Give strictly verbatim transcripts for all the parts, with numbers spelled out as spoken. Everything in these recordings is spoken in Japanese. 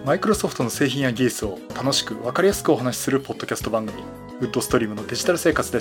マイクロソフトの製品や技術を楽しく分かりやすくお話しするポッドキャスト番組、ウッドストリームのデジタル生活です。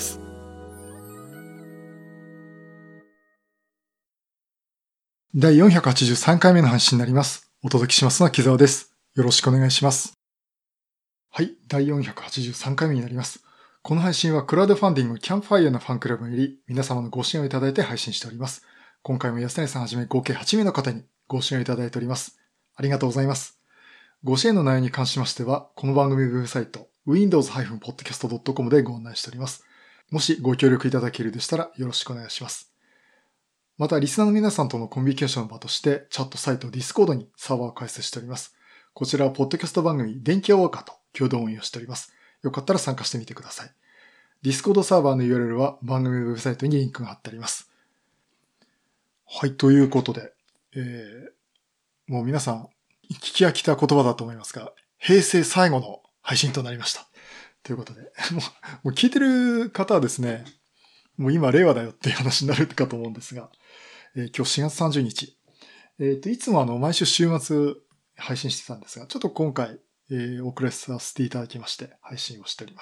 だいよんひゃくはちじゅうさんかいめの配信になります。お届けしますのは木澤です。よろしくお願いします。はい、だいよんひゃくはちじゅうさんかいめになります。この配信はクラウドファンディングキャンプファイヤーのファンクラブにより皆様のご支援をいただいて配信しております。今回も安谷さんはじめ合計はちめいの方にご支援をいただいております。ありがとうございます。ご支援の内容に関しましては、この番組ウェブサイト ウィンドウズ ポッドキャスト ドットコム でご案内しております。もしご協力いただけるでしたらよろしくお願いします。また、リスナーの皆さんとのコミュニケーションの場として、チャットサイト Discord にサーバーを開設しております。こちらはポッドキャスト番組電気屋ウォーカーと共同運用しております。よかったら参加してみてください。Discord サーバーの ユーアールエル は番組ウェブサイトにリンクが貼ってあります。はい、ということで、えー、もう皆さん、聞き飽きた言葉だと思いますが、平成最後の配信となりました。ということで、もう、もう聞いてる方はですね、もう今令和だよっていう話になるかと思うんですが、えー、今日しがつさんじゅうにち、えっと、いつもあの、毎週週末配信してたんですが、ちょっと今回、えー、遅れさせていただきまして、配信をしております。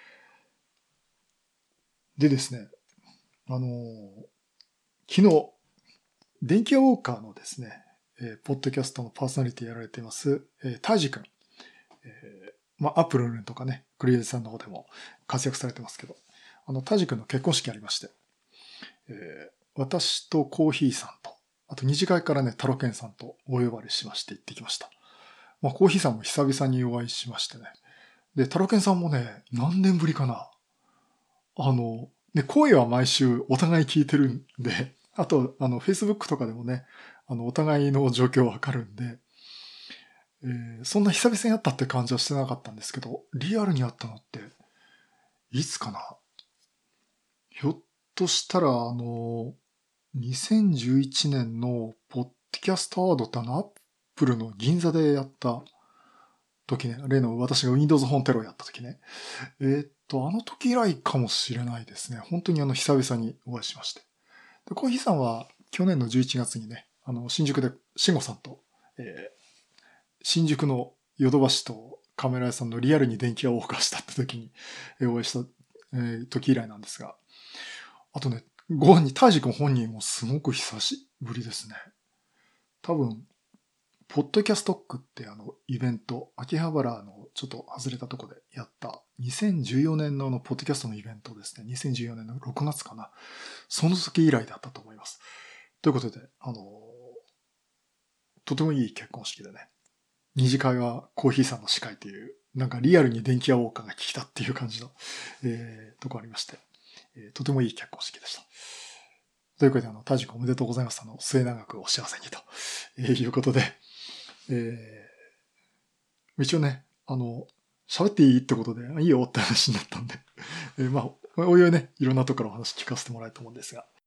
でですね、あのー、昨日、電気屋ウォーカーのですね、えー、ポッドキャストのパーソナリティやられています、えー、タイジ君、えー、まあ、アップルとかね、クリエイティさんの方でも活躍されてますけど、あの、タイジ君の結婚式ありまして、えー、私とコーヒーさんと、あと二次会からね、タロケンさんとお呼ばれしまして行ってきました。まあ、コーヒーさんも久々にお会いしましてね。で、タロケンさんもね、何年ぶりかな。あの、ね、声は毎週お互い聞いてるんで、あと、あの、Facebook とかでもね、あの、お互いの状況わかるんで、えー、そんな久々に会ったって感じはしてなかったんですけど、リアルに会ったのって、いつかな？ひょっとしたら、あの、にせんじゅういちねんのポッドキャストアワードってあの、アップルの銀座でやった時ね、例の私が Windows 本テロをやった時ね。えー、っと、あの時以来かもしれないですね。本当にあの、久々にお会いしまして。で、コーヒーさんは去年のじゅういちがつにね、あの、新宿で、慎吾さんと、えー、新宿のヨドバシとカメラ屋さんのリアルに電気屋を動かしたって時に、えー、お会いした、えー、時以来なんですが、あとね、ご本人、タイジ君本人もすごく久しぶりですね。多分、ポッドキャストックってあのイベント、秋葉原のちょっと外れたとこでやったにせんじゅうよねんのあのポッドキャストのイベントですね。にせんじゅうよねんのろくがつかな。その時以来だったと思います。ということで、あの、とてもいい結婚式でね。二次会はコーヒーさんの司会という、なんかリアルに電気屋ウォーカーが聞きたっていう感じの、えー、とこありまして、えー、とてもいい結婚式でした。ということで、あの、タイジ君おめでとうございます。あの、末永くお幸せにと、えー、いうことで、えー、一応ね、あの、喋っていいってことで、いいよって話になったんで、えー、まあ、おいおいね、いろんなところお話聞かせてもらえると思うんですが、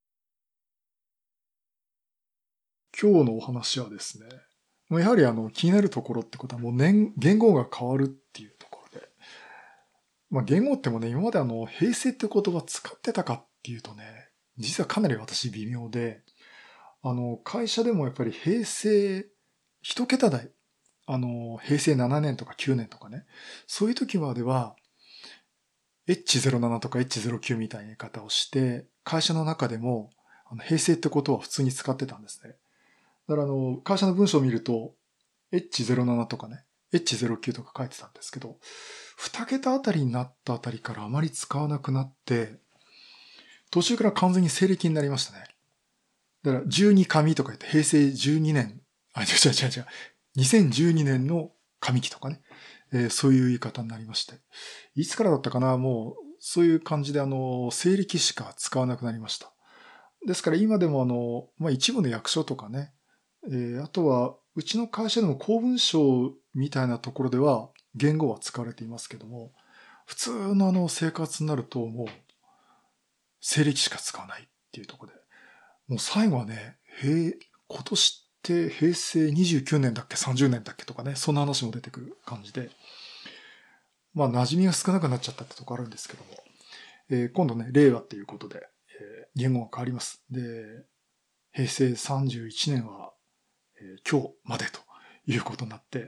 今日のお話はですね、やはりあの、気になるところってことはもう年、言語が変わるっていうところで、まあ、言語ってもね、今まであの、平成って言葉使ってたかっていうとね、実はかなり私微妙で、あの、会社でもやっぱり平成、一桁台、あの、平成ななねんとかきゅうねんとかね、そういう時までは、エイチゼロなな とか エイチゼロきゅう みたいな言い方をして、会社の中でも、あの平成ってことは普通に使ってたんですね。だからあの、会社の文章を見ると、エイチゼロなな とかね、エイチゼロきゅう とか書いてたんですけど、に桁あたりになったあたりからあまり使わなくなって、途中から完全に西暦になりましたね。だからじゅうに紙とか言って平成じゅうにねん、あ、違う違う違う違う、にせんじゅうにねんの紙期とかね、えー、そういう言い方になりまして。いつからだったかな、もう、そういう感じであの、西暦しか使わなくなりました。ですから今でもあの、まあ、一部の役所とかね、えー、あとは、うちの会社でも公文書みたいなところでは言語は使われていますけども、普通のあの生活になるともう、西暦しか使わないっていうところで、もう最後はね、平、今年って平成にじゅうきゅうねんだっけさんじゅうねんだっけとかね、そんな話も出てくる感じで、まあ馴染みが少なくなっちゃったってとこあるんですけども、えー、今度ね、令和っていうことで、えー、言語が変わります。で、平成さんじゅういちねんは、えー、今日までということになって、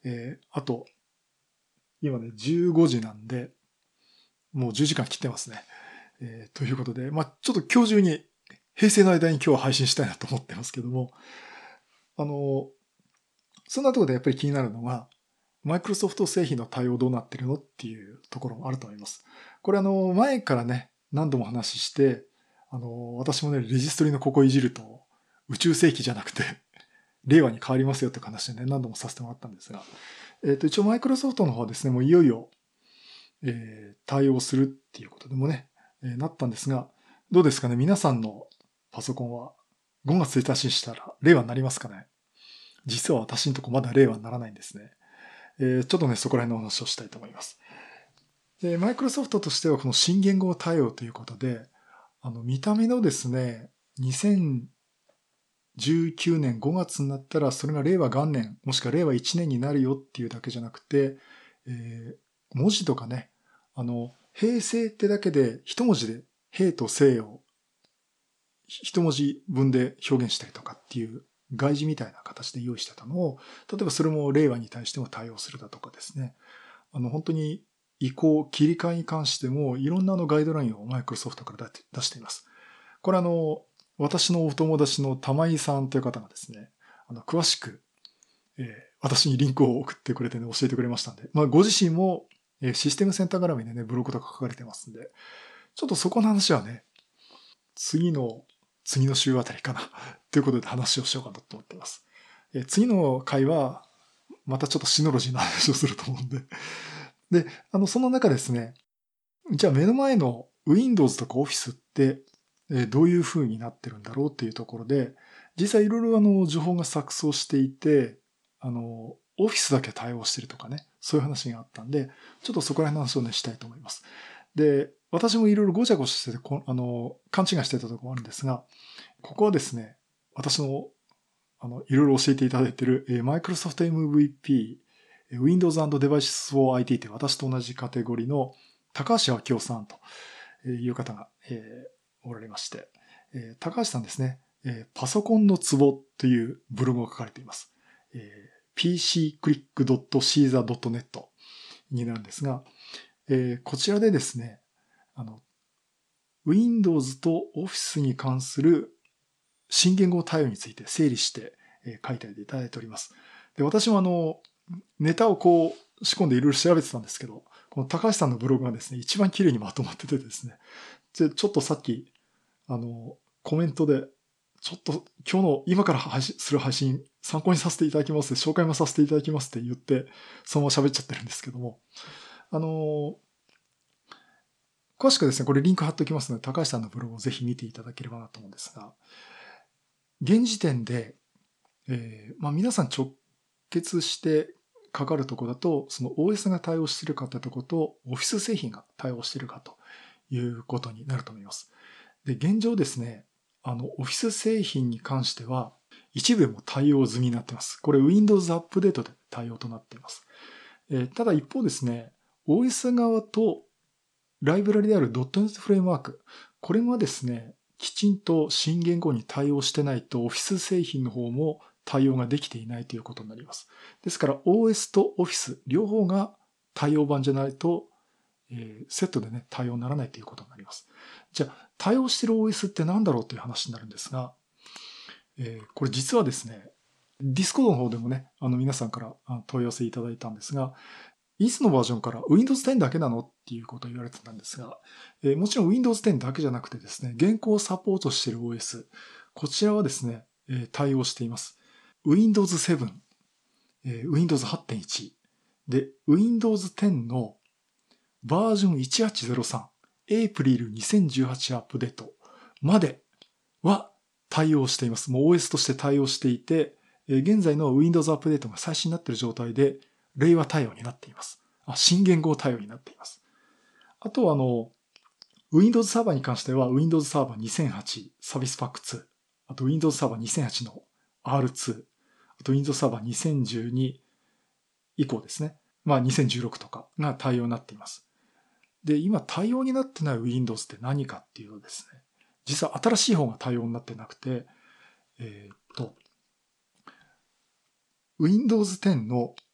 えー、あと、今ね、じゅうごじなんで、もうじゅうじかん切ってますね。えー、ということで、まあちょっと今日中に、平成の間に今日は配信したいなと思ってますけども、あの、そんなところでやっぱり気になるのが、マイクロソフト製品の対応どうなってるのっていうところもあると思います。これあの、前からね、何度も話して、あの、私もね、レジストリのここいじると、宇宙世紀じゃなくて、令和に変わりますよって話でね、何度もさせてもらったんですが、えっと、一応マイクロソフトの方はですね、もういよいよ、えー、対応するっていうことでもね、えー、なったんですが、どうですかね、皆さんのパソコンはごがつついたちにしたら令和になりますかね。実は私のとこまだ令和にならないんですね。えー、ちょっとね、そこら辺の話をしたいと思います。で、マイクロソフトとしてはこの新言語対応ということで、あの、見た目のですね、にせんじゅうきゅうねんごがつになったら、それが令和元年、もしくは令和いちねんになるよっていうだけじゃなくて、えー、文字とかね、あの、平成ってだけで一文字で平と正を一文字分で表現したりとかっていう外字みたいな形で用意してたのを、例えばそれも令和に対しても対応するだとかですね。あの、本当に移行、切り替えに関してもいろんなあのガイドラインをマイクロソフトから出しています。これあの、私のお友達の玉井さんという方がですね、あの、詳しく、えー、私にリンクを送ってくれてね、教えてくれましたんで、まあ、ご自身も、えー、システムセンター絡みでね、ブログとか書かれてますんで、ちょっとそこの話はね、次の、次の週あたりかな、ということで話をしようかなと思っています。えー、次の回は、またちょっとシノロジーの話をすると思うんで。で、あの、その中ですね、じゃあ目の前の Windows とか Office ってどういう風になってるんだろうっていうところで、実際いろいろあの情報が錯綜していて、あの、Office だけ対応してるとかね、そういう話があったんで、ちょっとそこら辺の話をね、したいと思います。で、私もいろいろごちゃごちゃしてて、あの、勘違いしてたところあるんですが、ここはですね、私の、あの、いろいろ教えていただいている、Microsoft エムブイピー、Windows and Devices for アイティー って私と同じカテゴリーの高橋明夫さんという方が、えー、おられまして、えー、高橋さんですね、えー、パソコンのツボというブログを書かれています。えー、ピーシークリックドットシーザードットネット になるんですが、えー、こちらでですね、あの、Windows と Office に関する新言語対応について整理して、えー、書いていただいております。で、私もあの、ネタをこう仕込んでいろいろ調べてたんですけど、この高橋さんのブログがですね、一番綺麗にまとまっててですね、でちょっとさっき、あの、コメントで、ちょっと今日の今から配信する配信参考にさせていただきます、紹介もさせていただきますって言って、そのまま喋っちゃってるんですけども、あの、詳しくですね、これリンク貼っておきますので、高橋さんのブログをぜひ見ていただければなと思うんですが、現時点で、えーまあ、皆さん直結してかかるところだと、その オーエス が対応しているかというところと、オフィス製品が対応しているかということになると思います。で、現状ですね、あの、オフィス製品に関しては、一部でも対応済みになっています。これ Windows アップデートで対応となっています。えー、ただ一方ですね、オーエス 側とライブラリである ドットネット フレームワーク、これがですね、きちんと新言語に対応してないと、オフィス製品の方も対応ができていないということになります。ですから オーエス と Office 両方が対応版じゃないと、えー、セットでね、対応にならないということになります。じゃあ、対応している オーエス って何だろうという話になるんですが、えー、これ実はですね、Discord の方でもね、あの皆さんから問い合わせいただいたんですが、いつのバージョンから Windows テンだけなのっていうことを言われてたんですが、えー、もちろん Windows テンだけじゃなくてですね、現行サポートしている オーエス、こちらはですね、えー、対応しています。Windows セブン、えー、Windows はちてんいち、で、Windows テンのバージョンいちはちゼロさん、エイプリルにせんじゅうはちアップデートまでは対応しています。もう オーエス として対応していて、えー、現在の Windows アップデートが最新になっている状態で、令和対応になっています。あ、新言語対応になっています。あとはあの、Windows サーバーに関しては Windows サーバーにせんはちサービスパックツー、あと Windows サーバーにせんはちの アールツー、あと Windows サーバーにせんじゅうに以降ですね。まあにせんじゅうろくとかが対応になっています。で、今対応になってない Windows って何かっていうとですね、実は新しい方が対応になってなくて、えー、っと、Windows テンの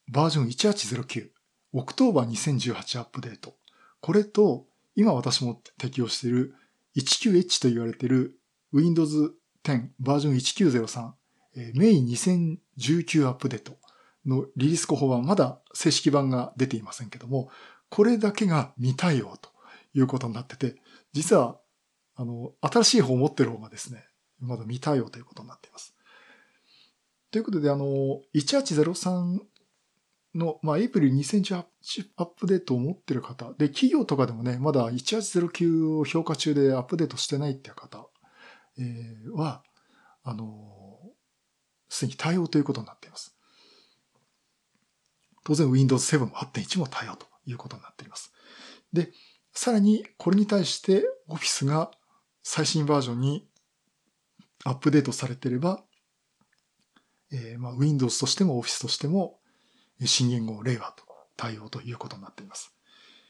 バージョンいちはちゼロきゅう、オクトーバーにせんじゅうはちアップデート。これと、今私も適用している じゅうきゅうエイチ と言われている Windows テンバージョンいちきゅうゼロさん、メインにせんじゅうきゅうアップデートのリリース候補版、まだ正式版が出ていませんけども、これだけが未対応ということになってて、実は、あの、新しい方を持ってる方がですね、まだ未対応ということになっています。ということで、あの、いちはちゼロさんの、まあ、エイプリルにせんじゅうはちアップデートを持ってる方、で、企業とかでもね、まだいちはちゼロきゅうを評価中でアップデートしてないっていう方、えー、は、あの、すでに対応ということになっています。当然 Windows セブン はちてんいち も対応ということになっています。で、さらにこれに対して Office が最新バージョンにアップデートされていれば、えーまあ、Windows としても Office としても新言語令和と対応ということになっています。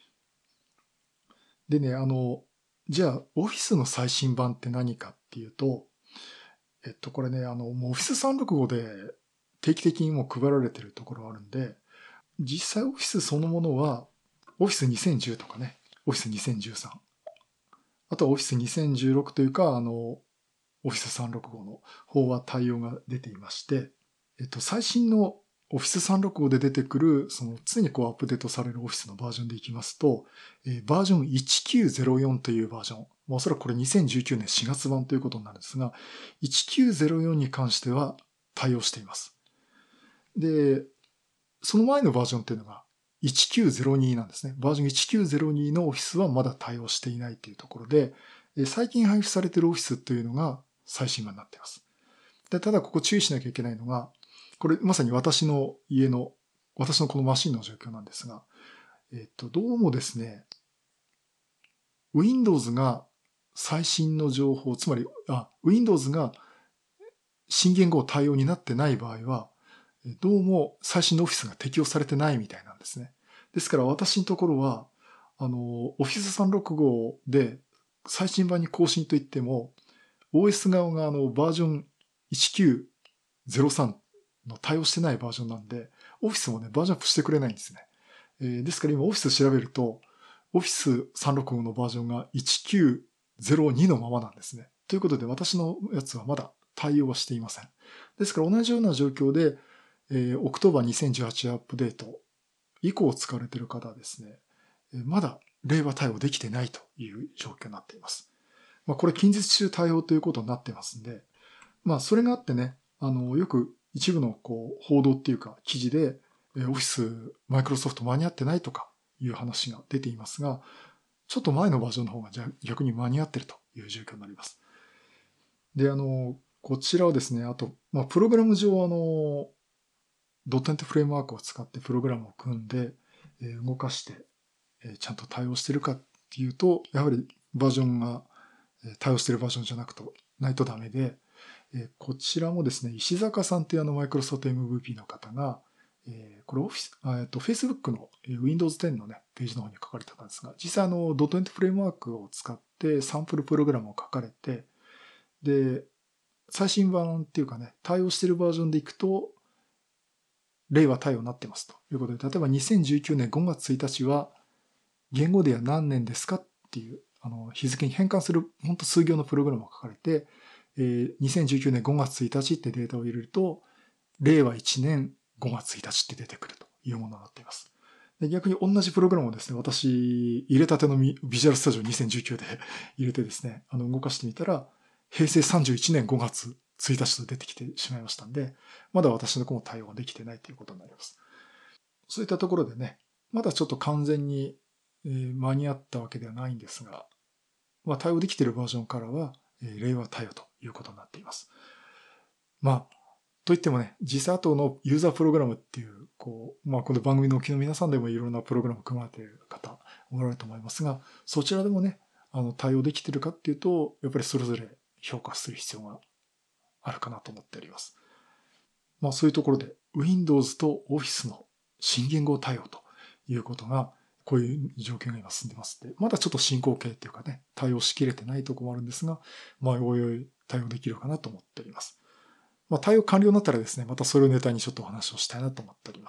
でね、あの、じゃあ Office の最新版って何かっていうと、えっと、これね、あの、もう オフィスさんびゃくろくじゅうご で定期的にもう配られているところがあるんで、実際 Office そのものは オフィスにせんじゅう とかね、オフィスにせんじゅうさん、あとは オフィスにせんじゅうろくというか、あの、オフィスさんびゃくろくじゅうごの方は対応が出ていまして、えっと、最新の オフィスさんびゃくろくじゅうご で出てくる、その常にこうアップデートされる Office のバージョンでいきますと、えー、バージョンいちきゅうゼロよんというバージョン、おそらくこれにせんじゅうきゅうねんしがつ版ということになるんですが、いちきゅうゼロよんに関しては対応しています。で、その前のバージョンっていうのがいちきゅうゼロになんですね。バージョンいちきゅうゼロにの Office はまだ対応していないというところで、最近配布されている Office というのが最新版になっています。で、ただここ注意しなきゃいけないのが、これまさに私の家の、私のこのマシンの状況なんですが、えっと、どうもですね、Windows が最新の情報、つまり、あ、Windows が新言語対応になってない場合は、どうも最新の Office が適用されてないみたいなんですね。ですから私のところは、あの、Office さんびゃくろくじゅうごで最新版に更新といっても、オーエス 側があのバージョンいちきゅうゼロさんの対応してないバージョンなんで、Office もね、バージョンアップしてくれないんですね。えー、ですから今 Office 調べると、Office さんびゃくろくじゅうごのバージョンがいちきゅうゼロにのままなんですね。ということで私のやつはまだ対応はしていません。ですから同じような状況で、えー、オクトーバーにせんじゅうはちアップデート以降使われている方はですね、えー、まだ令和対応できてないという状況になっています。まあ、これ近日中対応ということになってますんで、まあ、それがあってね、あの、よく一部のこう報道っていうか記事で、えー、オフィス、マイクロソフト間に合ってないとかいう話が出ていますが、ちょっと前のバージョンの方が逆に間に合っているという状況になります。で、あの、こちらはですね、あと、まあ、プログラム上、あの、ドットネット フレームワークを使ってプログラムを組んで、えー、動かして、えー、ちゃんと対応しているかっていうと、やはりバージョンが、えー、対応しているバージョンじゃなくと、ないとダメで、えー、こちらもですね、石坂さんというあの、マイクロソフト エムブイピー の方が、えー、これオフィス、えっと、Facebook の Windows テンのね、ページの方に書かれてたんですが、実際あの、ドットネット フレームワークを使ってサンプルプログラムを書かれて、で、最新版っていうかね、対応しているバージョンでいくと、令和対応になってますということで、例えばにせんじゅうきゅうねんごがつついたちは、言語では何年ですかっていう、あの、日付に変換する、本当数行のプログラムが書かれて、えー、にせんじゅうきゅうねんごがつついたちってデータを入れると、令和いちねんごがつついたちって出てくるというものになっています。で逆に同じプログラムをですね、私、入れたてのビジュアルスタジオにせんじゅうきゅうで入れてですね、あの、動かしてみたら、へいせいさんじゅういちねんごがつついたちと出てきてしまいましたんで、まだ私の子も対応ができてないということになります。そういったところでね、まだちょっと完全に間に合ったわけではないんですが、まあ、対応できているバージョンからは、令和対応ということになっています。まあ、といってもね、実際後のユーザープログラムっていう、こう、まあ、この番組のお聞きの皆さんでもいろんなプログラムを組まれている方おられると思いますが、そちらでもね、あの、対応できているかっていうと、やっぱりそれぞれ評価する必要があるかなと思っております。まあ、そういうところで、Windows と Office の新言語対応ということが、こういう条件が今進んでますので、まだちょっと進行形っていうかね、対応しきれてないところもあるんですが、まあ、おいおい対応できるかなと思っております。まあ、対応完了になったらですね、またそれをネタにちょっとお話をしたいなと思っております。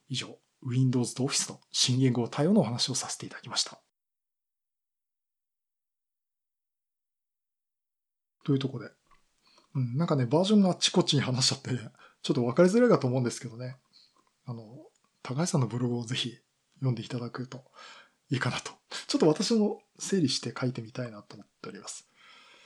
以上、Windows と Office の新言語対応のお話をさせていただきました。というところで、うん、なんかね、バージョンがあっちこっちに話しちゃって、ちょっと分かりづらいかと思うんですけどね、あの、高橋さんのブログをぜひ読んでいただくといいかなと。ちょっと私も整理して書いてみたいなと思っております。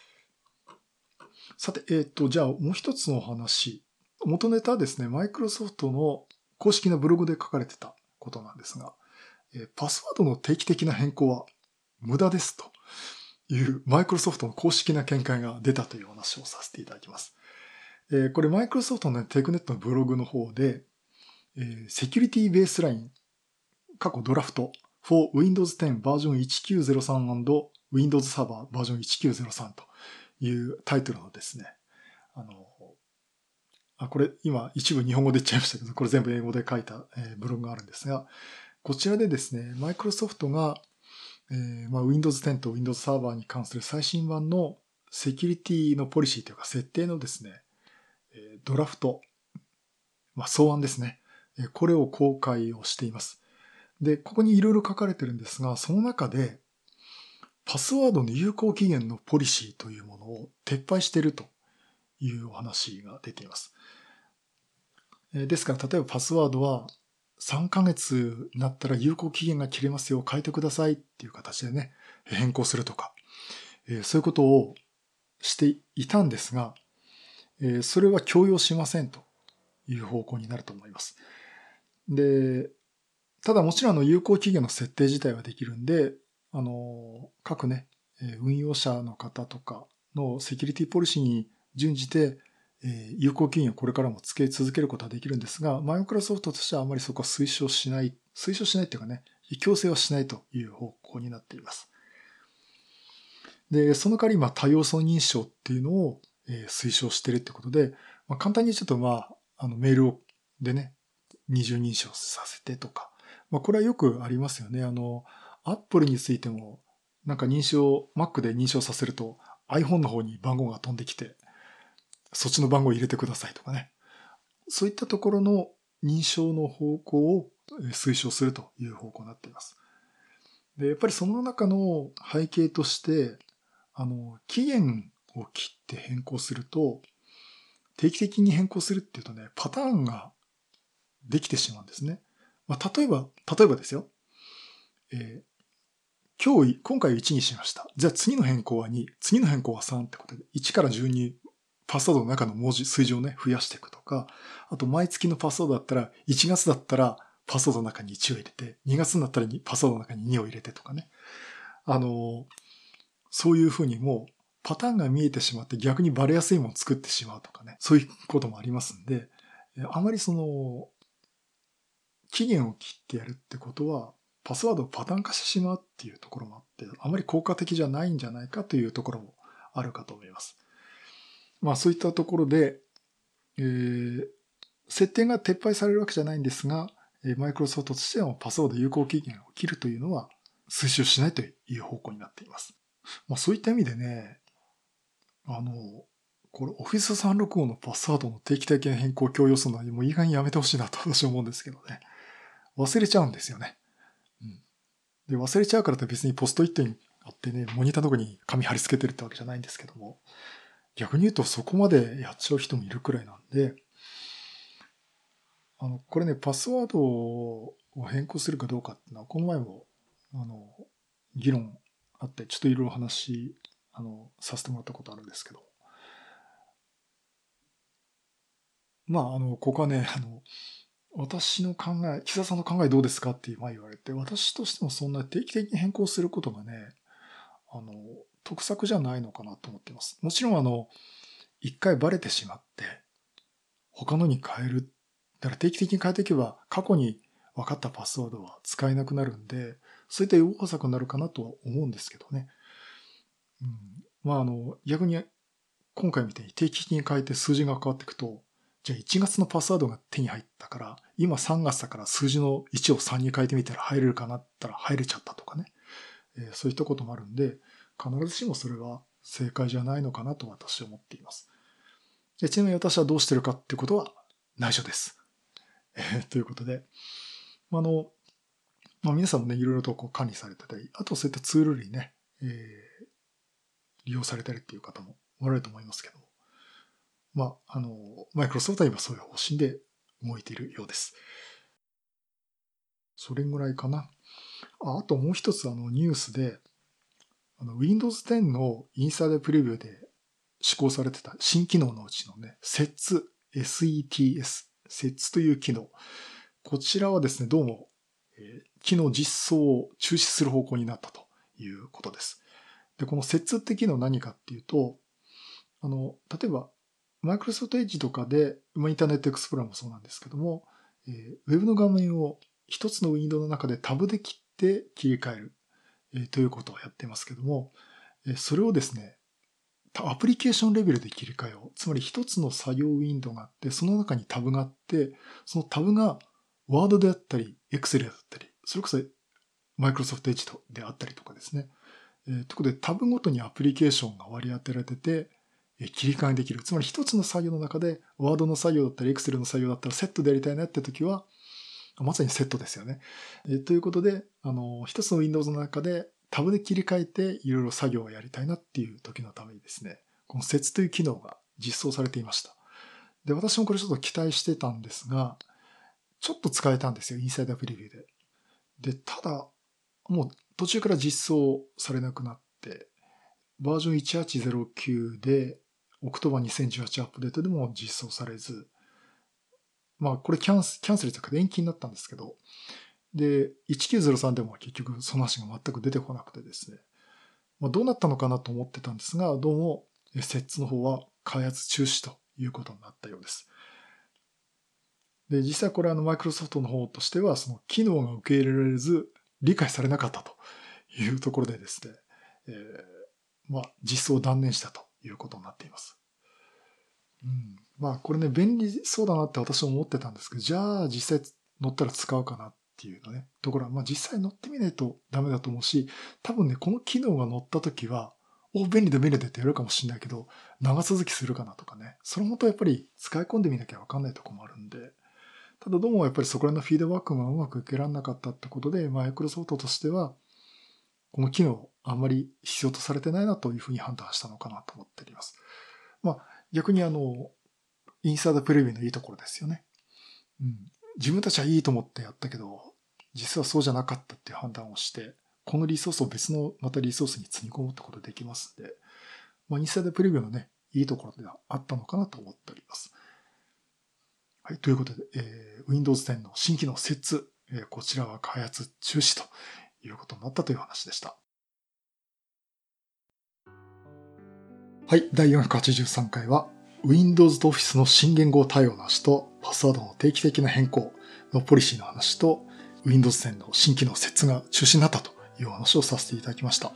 さて、えっと、じゃあもう一つのお話。元ネタはですね、マイクロソフトの公式なブログで書かれてたことなんですが、パスワードの定期的な変更は無駄ですというマイクロソフトの公式な見解が出たというお話をさせていただきます。これマイクロソフトのテクネットのブログの方で、セキュリティベースライン、過去ドラフト for Windows テンバージョン いちきゅうゼロさん Windows Server バージョンいちきゅうゼロさんというタイトルのですね、あの、あ、これ今一部日本語で言っちゃいましたけど、これ全部英語で書いたブログがあるんですが、こちらでですね、マイクロソフトが、えーまあ、Windows テンと Windows Server に関する最新版のセキュリティのポリシーというか設定のですね、ドラフト、まあ、草案ですね。これを公開をしています。で、ここにいろいろ書かれてるんですが、その中で、パスワードの有効期限のポリシーというものを撤廃しているというお話が出ています。ですから、例えばパスワードはさんかげつになったら有効期限が切れますよ、変えてくださいっていう形でね、変更するとか、そういうことをしていたんですが、それは強要しませんという方向になると思います。で、ただもちろんあの有効期限の設定自体はできるんで、あの、各ね、運用者の方とかのセキュリティポリシーに準じて、有効期限をこれからも付け続けることはできるんですが、マイクロソフトとしてはあまりそこは推奨しない、推奨しないっていうかね、強制はしないという方向になっています。で、その代わり、まあ、多要素認証っていうのを推奨してるってことで、まあ、簡単にちょっとまあ、あのメールをでね、二重認証させてとか、まあ、これはよくありますよね。あの、Apple についても、なんか認証、Mac で認証させると iPhone の方に番号が飛んできて、そっちの番号を入れてくださいとかね。そういったところの認証の方向を推奨するという方向になっています。で、やっぱりその中の背景として、あの、期限を切って変更すると、定期的に変更するっていうとね、パターンができてしまうんですね。まあ、例えば、例えばですよ。えー、今日、今回はいちにしました。じゃあ次の変更はに、次の変更はさんってことで、いちからじゅうにパスワードの中の文字、数字をね、増やしていくとか、あと毎月のパスワードだったら、いちがつだったらパスワードの中にいちを入れて、にがつになったらパスワードの中ににを入れてとかね。あの、そういうふうにもうパターンが見えてしまって逆にバレやすいものを作ってしまうとかね。そういうこともありますんで、あまりその、期限を切ってやるってことは、パスワードをパターン化してしまうっていうところもあって、あまり効果的じゃないんじゃないかというところもあるかと思います。まあそういったところで、えー、設定が撤廃されるわけじゃないんですが、マイクロソフトとしてはパスワード有効期限を切るというのは推奨しないという方向になっています。まあそういった意味でね、あの、これ オフィスさんびゃくろくじゅうご のパスワードの定期的な変更を強要するのはもういい加減やめてほしいなと私は思うんですけどね。忘れちゃうんですよね。うん、で、忘れちゃうからって別にポストイットにあってね、モニターのとこに紙貼り付けてるってわけじゃないんですけども、逆に言うとそこまでやっちゃう人もいるくらいなんで、あの、これね、パスワードを変更するかどうかっていうのは、この前も、あの、議論あって、ちょっといろいろ話、あの、させてもらったことあるんですけど、まあ、あの、ここはね、あの、私の考え、木澤さんの考えどうですかって前言われて、私としてもそんな定期的に変更することがね、あの、得策じゃないのかなと思っています。もちろん、あの、一回バレてしまって、他のに変える。だから定期的に変えていけば、過去に分かったパスワードは使えなくなるんで、そういった予防策になるかなとは思うんですけどね。うん、まあ、あの、逆に、今回みたいに定期的に変えて数字が変わっていくと、じゃあいちがつのパスワードが手に入ったから、今さんがつだから数字のいちをさんに変えてみたら入れるかなって言ったら入れちゃったとかね。えー、そういったこともあるんで、必ずしもそれは正解じゃないのかなと私は思っています。でちなみに私はどうしてるかっていうことは内緒です。えー、ということで、 あの、まあ、皆さんもね、いろいろとこう管理されてたり、あとそういったツール類ね、えー、利用されたりっていう方もおられると思いますけども、まあ、あの、マイクロソフトは今そういう方針で動いているようです。それぐらいかな。あ、あともう一つあのニュースで、あの Windows テンのインサイダープレビューで施行されてた新機能のうちのね、セッツ、エスイーティーエス、セッツという機能。こちらはですね、どうも、えー、機能実装を中止する方向になったということです。で、このセッツって機能何かっていうと、あの、例えば、Microsoft Edge とかで、インターネットエクスプローラーもそうなんですけども、えー、ウェブの画面を一つのウィンドウの中でタブで切って切り替える、えー、ということをやっていますけども、えー、それをですね、アプリケーションレベルで切り替えよう。つまり一つの作業ウィンドウがあって、その中にタブがあって、そのタブが Word であったり、Excel だったり、それこそ Microsoft Edge であったりとかですね。えー、ということでタブごとにアプリケーションが割り当てられてて、切り替えできる。つまり一つの作業の中で、ワードの作業だったり、Excel の作業だったらセットでやりたいなって時は、まさにセットですよね。えということで、あの、一つの Windows の中でタブで切り替えていろいろ作業をやりたいなっていう時のためにですね、このセットという機能が実装されていました。で、私もこれちょっと期待してたんですが、ちょっと使えたんですよ、インサイダープレビューで。で、ただ、もう途中から実装されなくなって、バージョンいちはちゼロきゅうで、オクトーバーにせんじゅうはちアップデートでも実装されず、まあこれキャンス、キャンセルというか延期になったんですけど、で、いちきゅうゼロさんでも結局その話が全く出てこなくてですね、まあ、どうなったのかなと思ってたんですが、どうも、セッツの方は開発中止ということになったようです。で、実際これあのマイクロソフトの方としては、その機能が受け入れられず、理解されなかったというところでですね、えー、まあ実装を断念したということになっています。うん、まあこれね、便利そうだなって私は思ってたんですけど、じゃあ実際乗ったら使うかなっていうのね、ところは、まあ実際乗ってみないとダメだと思うし、多分ね、この機能が乗った時は、お、便利だ便利だってやるかもしれないけど、長続きするかなとかね、それもとやっぱり使い込んでみなきゃわかんないところもあるんで、ただどうもやっぱりそこら辺のフィードバックがうまく受けられなかったってことで、マイクロソフトとしては、この機能あんまり必要とされてないなというふうに判断したのかなと思っております。まあ逆にあの、インサイダープレビューのいいところですよね。うん。自分たちはいいと思ってやったけど、実はそうじゃなかったっていう判断をして、このリソースを別のまたリソースに積み込むってことができますんで、まあ、インサイダープレビューのね、いいところではあったのかなと思っております。はい。ということで、えー、Windows テンの新機能セッツ、えー、こちらは開発中止ということになったという話でした。はい。だいよんひゃくはちじゅうさんかいは、Windows と Office の新言語対応なしと、パスワードの定期的な変更のポリシーの話と、Windows テンの新機能設が中止になったという話をさせていただきました。はい。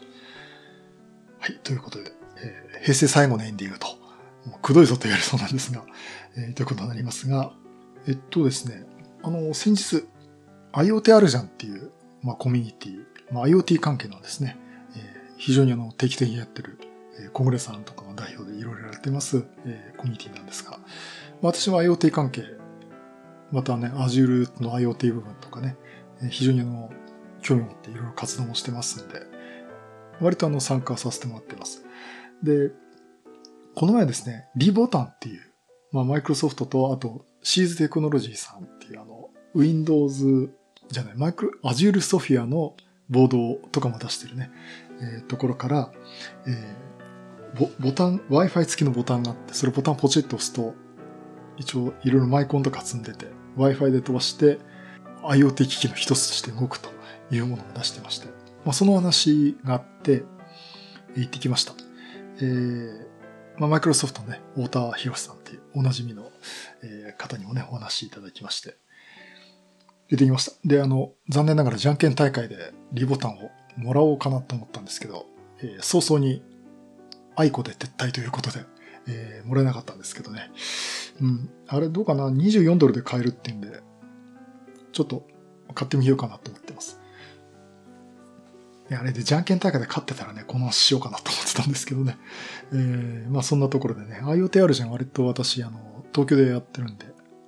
ということで、えー、平成最後のエンディングと、もうくどいぞと言われそうなんですが、えー、ということになりますが、えっとですね、あの、先日、IoT あるじゃんっていう、まあ、コミュニティ、まあ、IoT 関係のですね、えー、非常にあの定期的にやってる、えー、小暮さんとかの代表でいろいろやってます、えー、コミュニティなんですが、私は IoT 関係、またね、Azure の IoT 部分とかね、非常にあの、興味を持っていろいろ活動もしてますんで、割とあの、参加させてもらってます。で、この前ですね、リボタンっていう、まあ、マイクロソフトと、あと、シーズテクノロジーさんっていうあの、Windows じゃない、マイクロ、Azure Sophia のボードとかも出してるね、えー、ところから、えー、ボ、ボタン、Wi-Fi 付きのボタンがあって、それボタンポチッと押すと、一応いろいろマイコンとか積んでて、Wi-Fi で飛ばして IoT 機器の一つとして動くというものを出してまして、まあ、その話があって行ってきました。えー、まあ、マイクロソフトのね、太田博さんっていうおなじみの、えー、方にもね、お話いただきまして、出てきました。で、あの、残念ながらじゃんけん大会でリボタンをもらおうかなと思ったんですけど、えー、早々にアイコで撤退ということで、えー、もらえなかったんですけどね。うん。あれどうかな ?にじゅうよん ドルで買えるっていうんで、ちょっと買ってみようかなと思ってます。いや、あれでじゃんけん大会で勝ってたらね、この話しようかなと思ってたんですけどね。えー、まあそんなところでね、IoT あるじゃん割と私、あの、東京でやってるんで、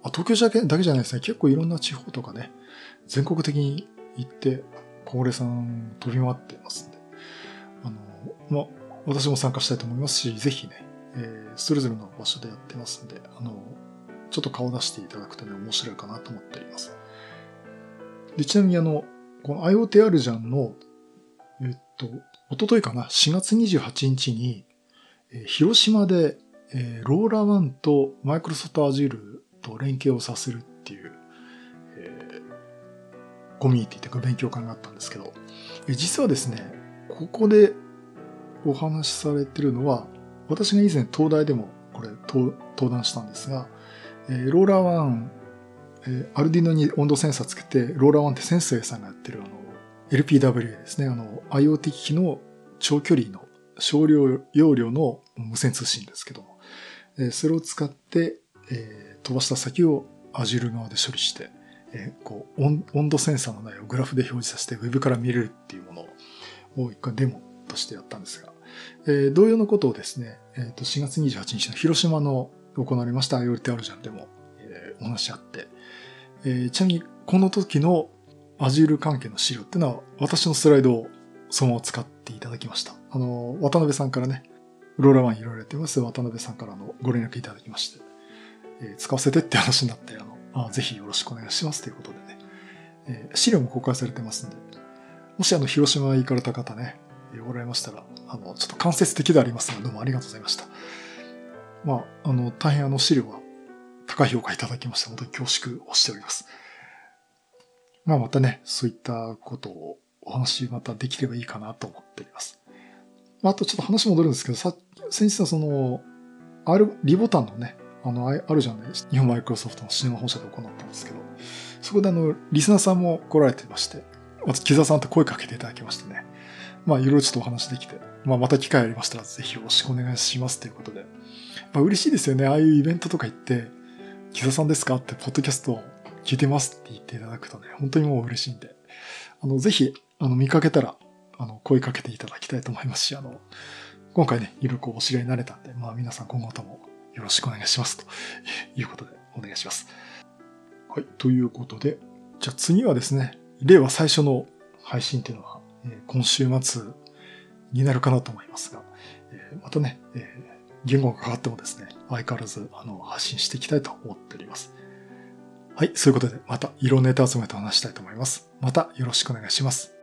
あ、東京だけだけじゃないですね。結構いろんな地方とかね、全国的に行って、小暮さん飛び回ってますんで、あの、まあ、私も参加したいと思いますし、ぜひね、えー、それぞれの場所でやってますんで、あの、ちょっと顔出していただくとね、面白いかなと思っています。で、ちなみにあの、この IoT あるじゃんの、えっと、一昨日かな、しがつにじゅうはちにちに、えー、広島で、えー、ローラワンとマイクロソフト Azure と連携をさせるっていう、えー、コミュニティというか勉強会があったんですけど、えー、実はですね、ここでお話しされてるのは、私が以前東大でもこれ登壇したんですが、えー、ローラワン、えー、アルディノに温度センサーつけて、ローラワンってセンスエーさんがやってるあの エルピーダブリューエー ですね、あの IoT 機器の長距離の少量容量の無線通信ですけども、えー、それを使って、えー、飛ばした先を Azure 側で処理して、えー、こう温、温度センサーの内容をグラフで表示させて Web から見れるっていうものを一回デモとしてやったんですが、えー、同様のことをですね、えー、としがつにじゅうはちにちの広島の行われました IoT あるじゃんでも、えー、お話しあって、えー、ちなみにこの時の Azure 関係の資料っていうのは私のスライドをそのまま使っていただきました。あの、渡辺さんからね、ローラワンいろいろやってます。渡辺さんからのご連絡いただきまして、えー、使わせてって話になって、あの、あぜひよろしくお願いしますということでね、えー、資料も公開されてますんで、もしあの、広島行かれた方ね、おられましたら、あの、ちょっと間接的でありますが、どうもありがとうございました。まあ、あの、大変あの資料は高い評価いただきまして、本当に恐縮をしております。まあ、またね、そういったことをお話またできればいいかなと思っております。あとちょっと話戻るんですけど、さ、先日はその、R、リボタンのね、あの、あるじゃない、日本マイクロソフトのシネマ本社で行ったんですけど、そこであの、リスナーさんも来られてまして、私、木澤さんって声かけていただきましてね、まあ、いろいろちょっとお話できて、まあ、また機会ありましたら、ぜひよろしくお願いしますということで、まあ、嬉しいですよね。ああいうイベントとか行って、木澤さんですかって、ポッドキャスト聞いてますって言っていただくとね、本当にもう嬉しいんで、あの、ぜひ、あの、見かけたら、あの、声かけていただきたいと思いますし、あの、今回ね、いろいろこうお知り合いになれたんで、まあ皆さん今後ともよろしくお願いしますということでお願いします。はい、ということで、じゃあ次はですね、令和最初の配信っていうのは、えー、今週末になるかなと思いますが、えー、またね、えー、言語が変わってもですね、相変わらずあの発信していきたいと思っております。はい、そういうことでまた色ネタ集めと話したいと思います。またよろしくお願いします。